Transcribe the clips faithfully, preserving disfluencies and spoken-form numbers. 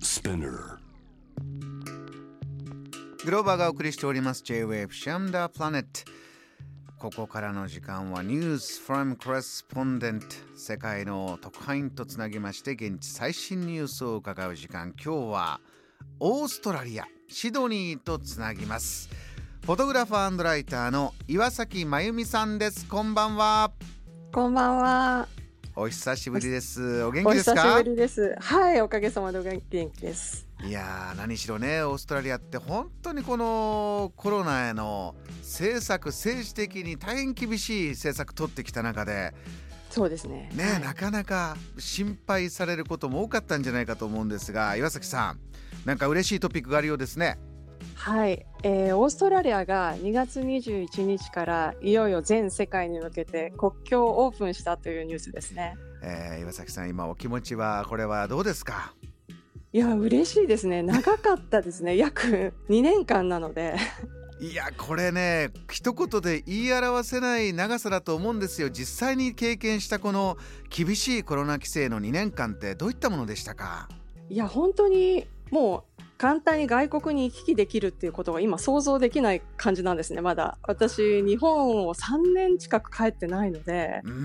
Spinner グローバーがお送りしております J-Wave Sham the Planet。 ここからの時間は News from Correspondent、 世界の特派員とつなぎまして現地最新ニュースを伺う時間。今日はオーストラリアシドニーとつなぎます。フォトグラファー&ライターの岩崎真由美さんです。こんばんは。 こんばんは。 お久しぶりです。お元気ですか？ お久しぶりです。はい、おかげさまでお元気です。 いやー、何しろね、オーストラリアって本当にこのコロナへの政策、政治的に大変厳しい政策取ってきた中で、 そうですね。 ね、 はい、 なかなか心配されることも多かったんじゃないかと思うんですが、岩崎さん、なんか嬉しいトピックがあるようですね。 はい、えー、オーストラリアがにがつにじゅういちにちからいよいよ全世界に向けて国境をオープンしたというニュースですね。 えー、岩崎さん、今お気持ちはこれはどうですか？ いや、嬉しいですね。長かったですね。約にねんかんなのでいや、これね、一言で言い表せない長さだと思うんですよ。実際に経験したこの厳しいコロナ規制のにねんかんってどういったものでしたか？ いや、本当にもう簡単に外国に行き来できるっていうことが今想像できない感じなんですね。まだ私日本をさんねん近く帰ってないので、 うん、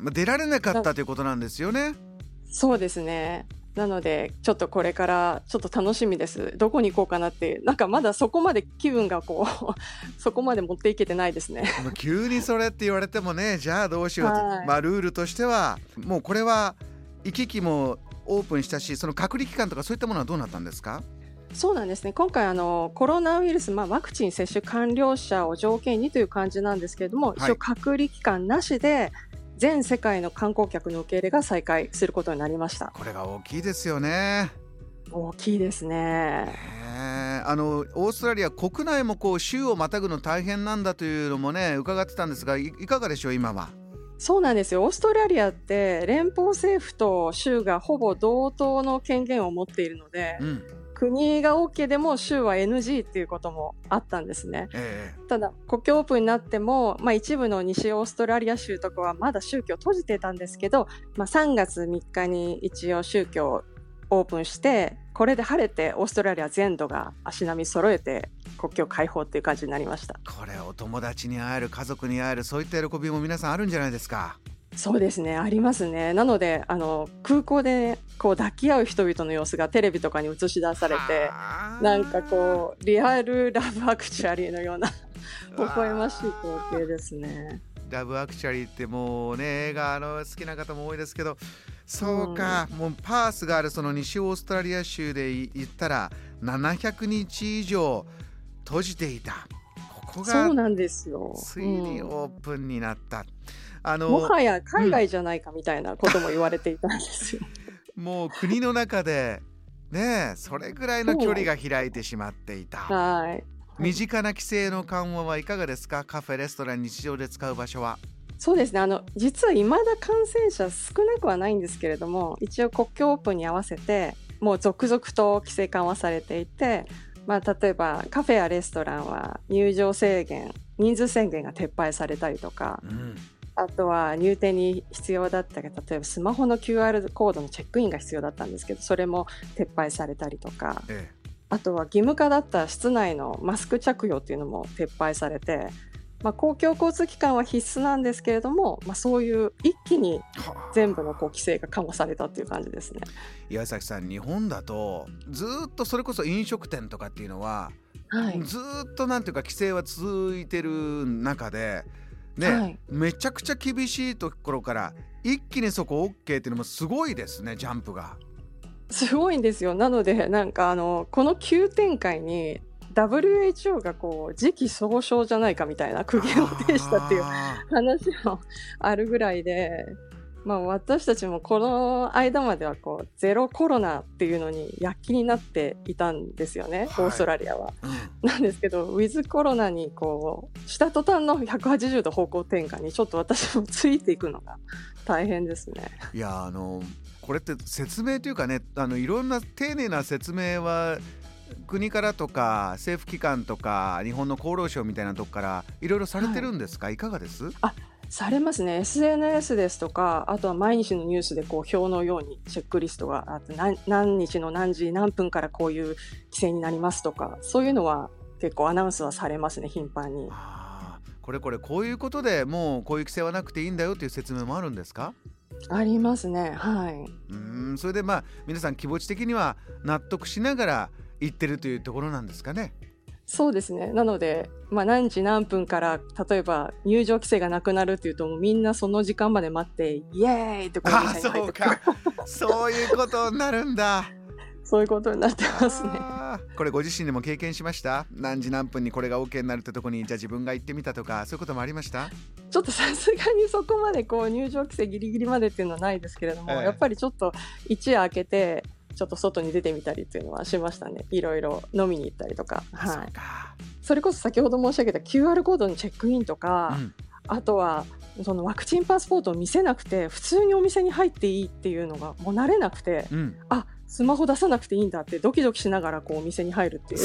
出られなかったということなんですよね。 そうですね。なのでちょっとこれからちょっと楽しみです。どこに行こうかなって、なんかまだそこまで気分がこうそこまで持っていけてないですね。 急にそれって言われてもね、じゃあどうしようと、 はい、 まあルールとしてはもうこれは行き来もオープンしたし、その隔離期間とかそういったものはどうなったんですか？ そうなんですね。今回あのコロナウイルス、まあ、ワクチン接種完了者を条件にという感じなんですけれども、 はい、 一応隔離期間なしで全世界の観光客の受け入れが再開することになりました。 これが大きいですよね。 大きいですね。 えー、あのオーストラリア国内もこう州をまたぐの大変なんだというのもね伺ってたんですが、 い, いかがでしょう今は？ そうなんですよ。オーストラリアって連邦政府と州がほぼ同等の権限を持っているので、うん、国が OK でも州は エヌジー っていうこともあったんですね。えー、ただ国境オープンになっても、まあ、一部の西オーストラリア州とかはまだ宗教閉じてたんですけど、まあ、さんがつみっかに一応宗教オープンして、これで晴れてオーストラリア全土が足並み揃えて国境開放っていう感じになりました。 これお友達に会える、家族に会える、そういった喜びも皆さんあるんじゃないですか？ そうですね、ありますね。なのであの空港でこう抱き合う人々の様子がテレビとかに映し出されて、なんかこうリアルラブアクチュアリーのような微笑ましい光景ですね。 ラブアクチュアリーってもうね、映画の好きな方も多いですけど、そうか、うん、もうパースがあるその西オーストラリア州で言ったらななひゃくにち以上閉じていた。ここがそうなんですよ。 ついにオープンになった、うん、 あのもはや海外じゃないかみたいなことも言われていたんですよ、 うん、もう国の中でね、それぐらいの距離が開いてしまっていた。はい、身近な規制の緩和はいかがですか？カフェ、レストラン、日常で使う場所は。 そうですね、あの実は未だ感染者少なくはないんですけれども、一応国境オープンに合わせてもう続々と規制緩和されていて、まあ、例えばカフェやレストランは入場制限、人数制限が撤廃されたりとか、うん、あとは入店に必要だったけど、例えばスマホの キューアール コードのチェックインが必要だったんですけど、それも撤廃されたりとか、ええ、あとは義務化だった室内のマスク着用っていうのも撤廃されて、まあ、公共交通機関は必須なんですけれども、まあ、そういう一気に全部のこう規制が緩和されたっていう感じですね。 岩崎さん、日本だとずっとそれこそ飲食店とかっていうのは、はい、ずっとなんていうか規制は続いてる中でね、はい、めちゃくちゃ厳しいところから一気にそこ OK っていうのもすごいですね。ジャンプがすごいんですよ。なのでなんかあのこの急展開にダブリューエイチオー がこう時期尚早じゃないかみたいな苦言を呈したっていう話もあるぐらいで、まあ、私たちもこの間まではこうゼロコロナっていうのに躍起になっていたんですよね、はい、オーストラリアは、うん、なんですけどウィズコロナにこうした途端のひゃくはちじゅうど方向転換にちょっと私もついていくのが大変ですね。 いや、あのこれって説明というかね、あのいろんな丁寧な説明は国からとか政府機関とか日本の厚労省みたいなとこからいろいろされてるんですか？はい、いかがです？ あ、 されますね。 エスエヌエス ですとか、あとは毎日のニュースでこう表のようにチェックリストがあって、何, 何日の何時何分からこういう規制になりますとか、そういうのは結構アナウンスはされますね、頻繁に。 あこれこれこういうことでもうこういう規制はなくていいんだよという説明もあるんですか？ ありますね。はい。 うーんそれでまあ皆さん気持ち的には納得しながら言ってるというところなんですかね。 そうですね。なので、まあ、何時何分から例えば入場規制がなくなるっていうと、もうみんなその時間まで待ってイエーイってこうあ店に入ってくる。 そうかそういうことになるんだそういうことになってますね。 あこれご自身でも経験しました？何時何分にこれが OK になるってとこにじゃあ自分が行ってみたとかそういうこともありました？ ちょっとさすがにそこまでこう入場規制ギリギリまでっていうのはないですけれども、 ええやっぱりちょっと一夜明けてちょっと外に出てみたりっていうのはしましたね。いろいろ飲みに行ったりとか、 そうはい、 か、 それこそ先ほど申し上げた キューアール コードにチェックインとか、 うん、 あとはそのワクチンパスポートを見せなくて普通にお店に入っていいっていうのがもう慣れなくて、 うん、 あスマホ出さなくていいんだってドキドキしながらこうお店に入るっていう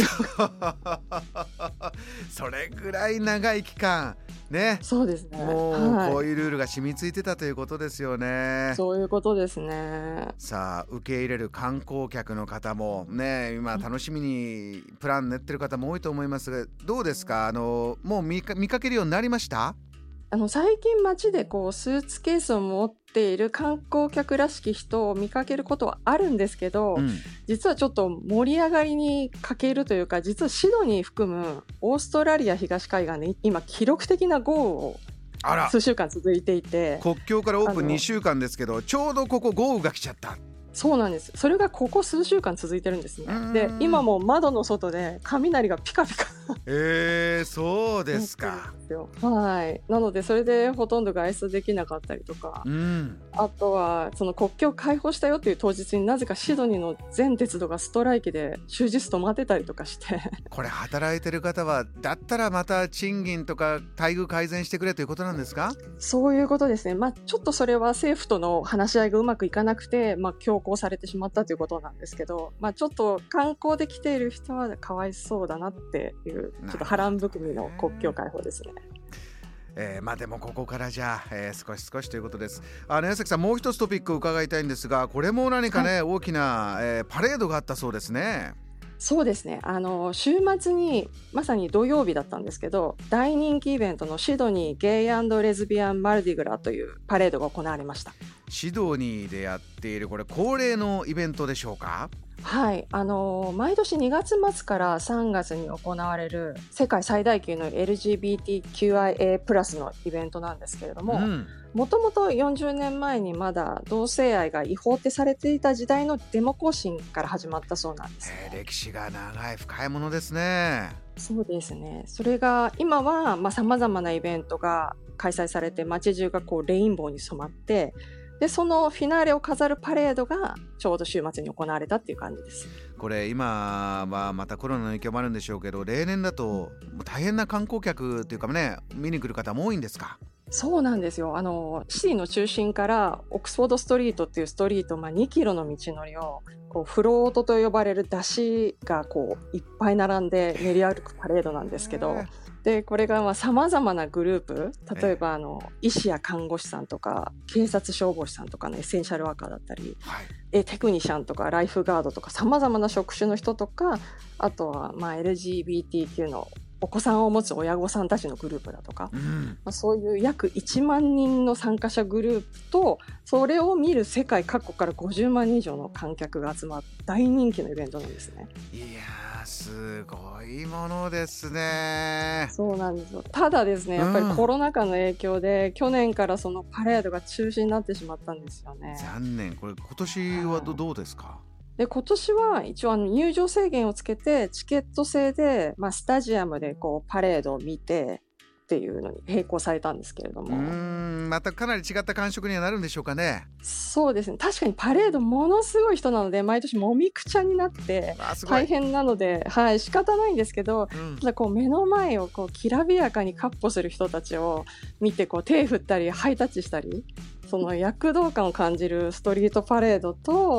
それぐらい長い期間ね、 そうですね、 もはい、 うこういうルールが染みついてたということですよね。 そういうことですね。 さあ受け入れる観光客の方もね今楽しみにプラン練ってる方も多いと思いますが、どうですか？あのもう 見か、見かけるようになりました？ あの最近街でこうスーツケースを持っている観光客らしき人を見かけることはあるんですけど、 うん、 実はちょっと盛り上がりに欠けるというか、実はシドニー含むオーストラリア東海岸で今記録的な豪雨をあら数週間続いていて、 国境からオープンにしゅうかんですけどちょうどここ豪雨が来ちゃった。 そうなんです。それがここ数週間続いてるんですね。 うんで今も窓の外で雷がピカピカえー、そうですか。 はい。なのでそれでほとんど外出できなかったりとか、 うん、 あとはその国境開放したよっていう当日になぜかシドニーの全鉄道がストライキで終日止まってたりとかしてこれ働いてる方はだったらまた賃金とか待遇改善してくれということなんですか？ そういうことですね。まあちょっとそれは政府との話し合いがうまくいかなくて、まあ強行されてしまったということなんですけど、まあちょっと観光で来ている人はかわいそうだなっていうちょっと波乱含みの国境開放ですね。 えー、まあでもここからじゃあ、えー、少し少しということです。あの矢崎さんもう一つトピックを伺いたいんですが、これも何かね、はい、大きな、えー、パレードがあったそうですね。 そうですね。あの週末にまさに土曜日だったんですけど、大人気イベントのシドニーゲイ&レズビアンマルディグラというパレードが行われました。 シドニーでやっているこれ恒例のイベントでしょうか？ はい、あの毎年にがつ末からさんがつに行われる世界最大級の エルジービーティーキューアイエー プラスのイベントなんですけれども、もともとよんじゅうねんまえにまだ同性愛が違法ってされていた時代のデモ行進から始まったそうなんです、ね。 歴史が長い深いものですね。 そうですね。それが今はさまざまなイベントが開催されて街中がこうレインボーに染まって、でそのフィナーレを飾るパレードがちょうど週末に行われたっていう感じです。 これ今はまたコロナの影響もあるんでしょうけど、例年だと大変な観光客っていうかね、見に来る方も多いんですか？ そうなんですよ。あのシティの中心からオックスフォードストリートっていうストリート、まあ、にキロの道のりをこうフロートと呼ばれる山車がこういっぱい並んで練り歩くパレードなんですけど、でこれがさまざまなグループ、例えばあの医師や看護師さんとか警察消防士さんとかのエッセンシャルワーカーだったり、はい、えテクニシャンとかライフガードとかさまざまな職種の人とか、あとはまあ エルジービーティーキュー のお子さんを持つ親御さんたちのグループだとか、うんまあ、そういう約いちまんにんの参加者グループと、それを見る世界各国からごじゅうまんにん以上の観客が集まって大人気のイベントなんですね。 いやーすごいものですね。 そうなんですよ。ただですね、やっぱりコロナ禍の影響で、うん、去年からそのパレードが中止になってしまったんですよね。 残念。これ今年は ど,、はい、どうですか？ で今年は一応あの入場制限をつけてチケット制で、まあ、スタジアムでこうパレードを見てっていうのに並行されたんですけれども、 うーんまたかなり違った感触にはなるんでしょうかね。 そうですね。確かにパレードものすごい人なので毎年もみくちゃになって大変なので、はい、仕方ないんですけど、うん、ただこう目の前をこうきらびやかに闊歩する人たちを見てこう手振ったりハイタッチしたり、その躍動感を感じるストリートパレードと、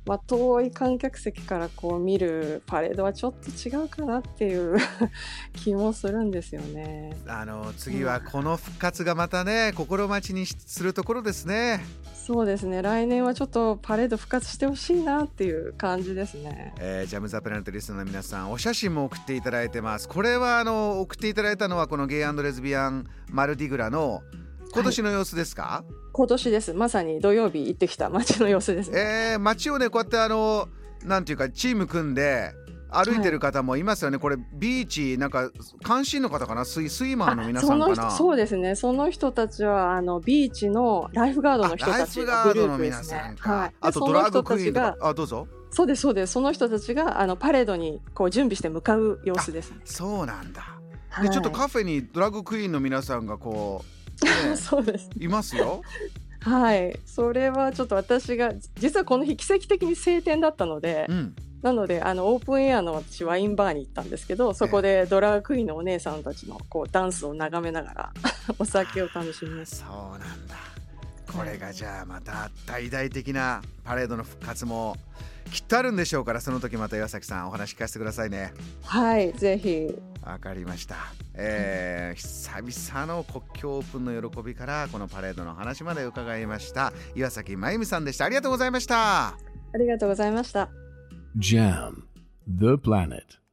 まあ、遠い観客席からこう見るパレードはちょっと違うかなっていう気もするんですよね。 あの次はこの復活がまたね、うん、心待ちにするところですね。 そうですね、来年はちょっとパレード復活してほしいなっていう感じですね。 えー、ジャムザプラネットリスナーの皆さん、お写真も送っていただいてます。これはあの送っていただいたのはこのゲイ&レズビアンマルディグラの今年の様子ですか？はい、 今年です。まさに土曜日行ってきた街の様子ですね。 えー、街をねこうやってあのなんていうかチーム組んで歩いてる方もいますよね、はい、これビーチなんか監視員の方かな、スイ、スイマーの皆さんかな。 そ, そうですね、その人たちはあのビーチのライフガードの人たちのグループですね。 はい、あとドラッグクイーンとか、あ、どうぞ。 そうですそうです、その人たちがあのパレードにこう準備して向かう様子ですね。 そうなんだ。で、はい、ちょっとカフェにドラッグクイーンの皆さんがこう、ね、 そうです、 いますよ。 はい、それはちょっと私が実はこの日奇跡的に晴天だったので、うん、なのであのオープンエアの私ワインバーに行ったんですけど、そこでドラッグクイーンのお姉さんたちのこうダンスを眺めながらお酒を楽しみます。 そうなんだ。これがじゃあまた大々的なパレードの復活もきっとあるんでしょうから、その時また岩崎さんお話聞かせてくださいね。 はい、ぜひ。 わかりました。えー、久々の国境オープンの喜びからこのパレードの話まで伺いました。岩崎真由美さんでした。ありがとうございました。 ありがとうございました。 ジャム The Planet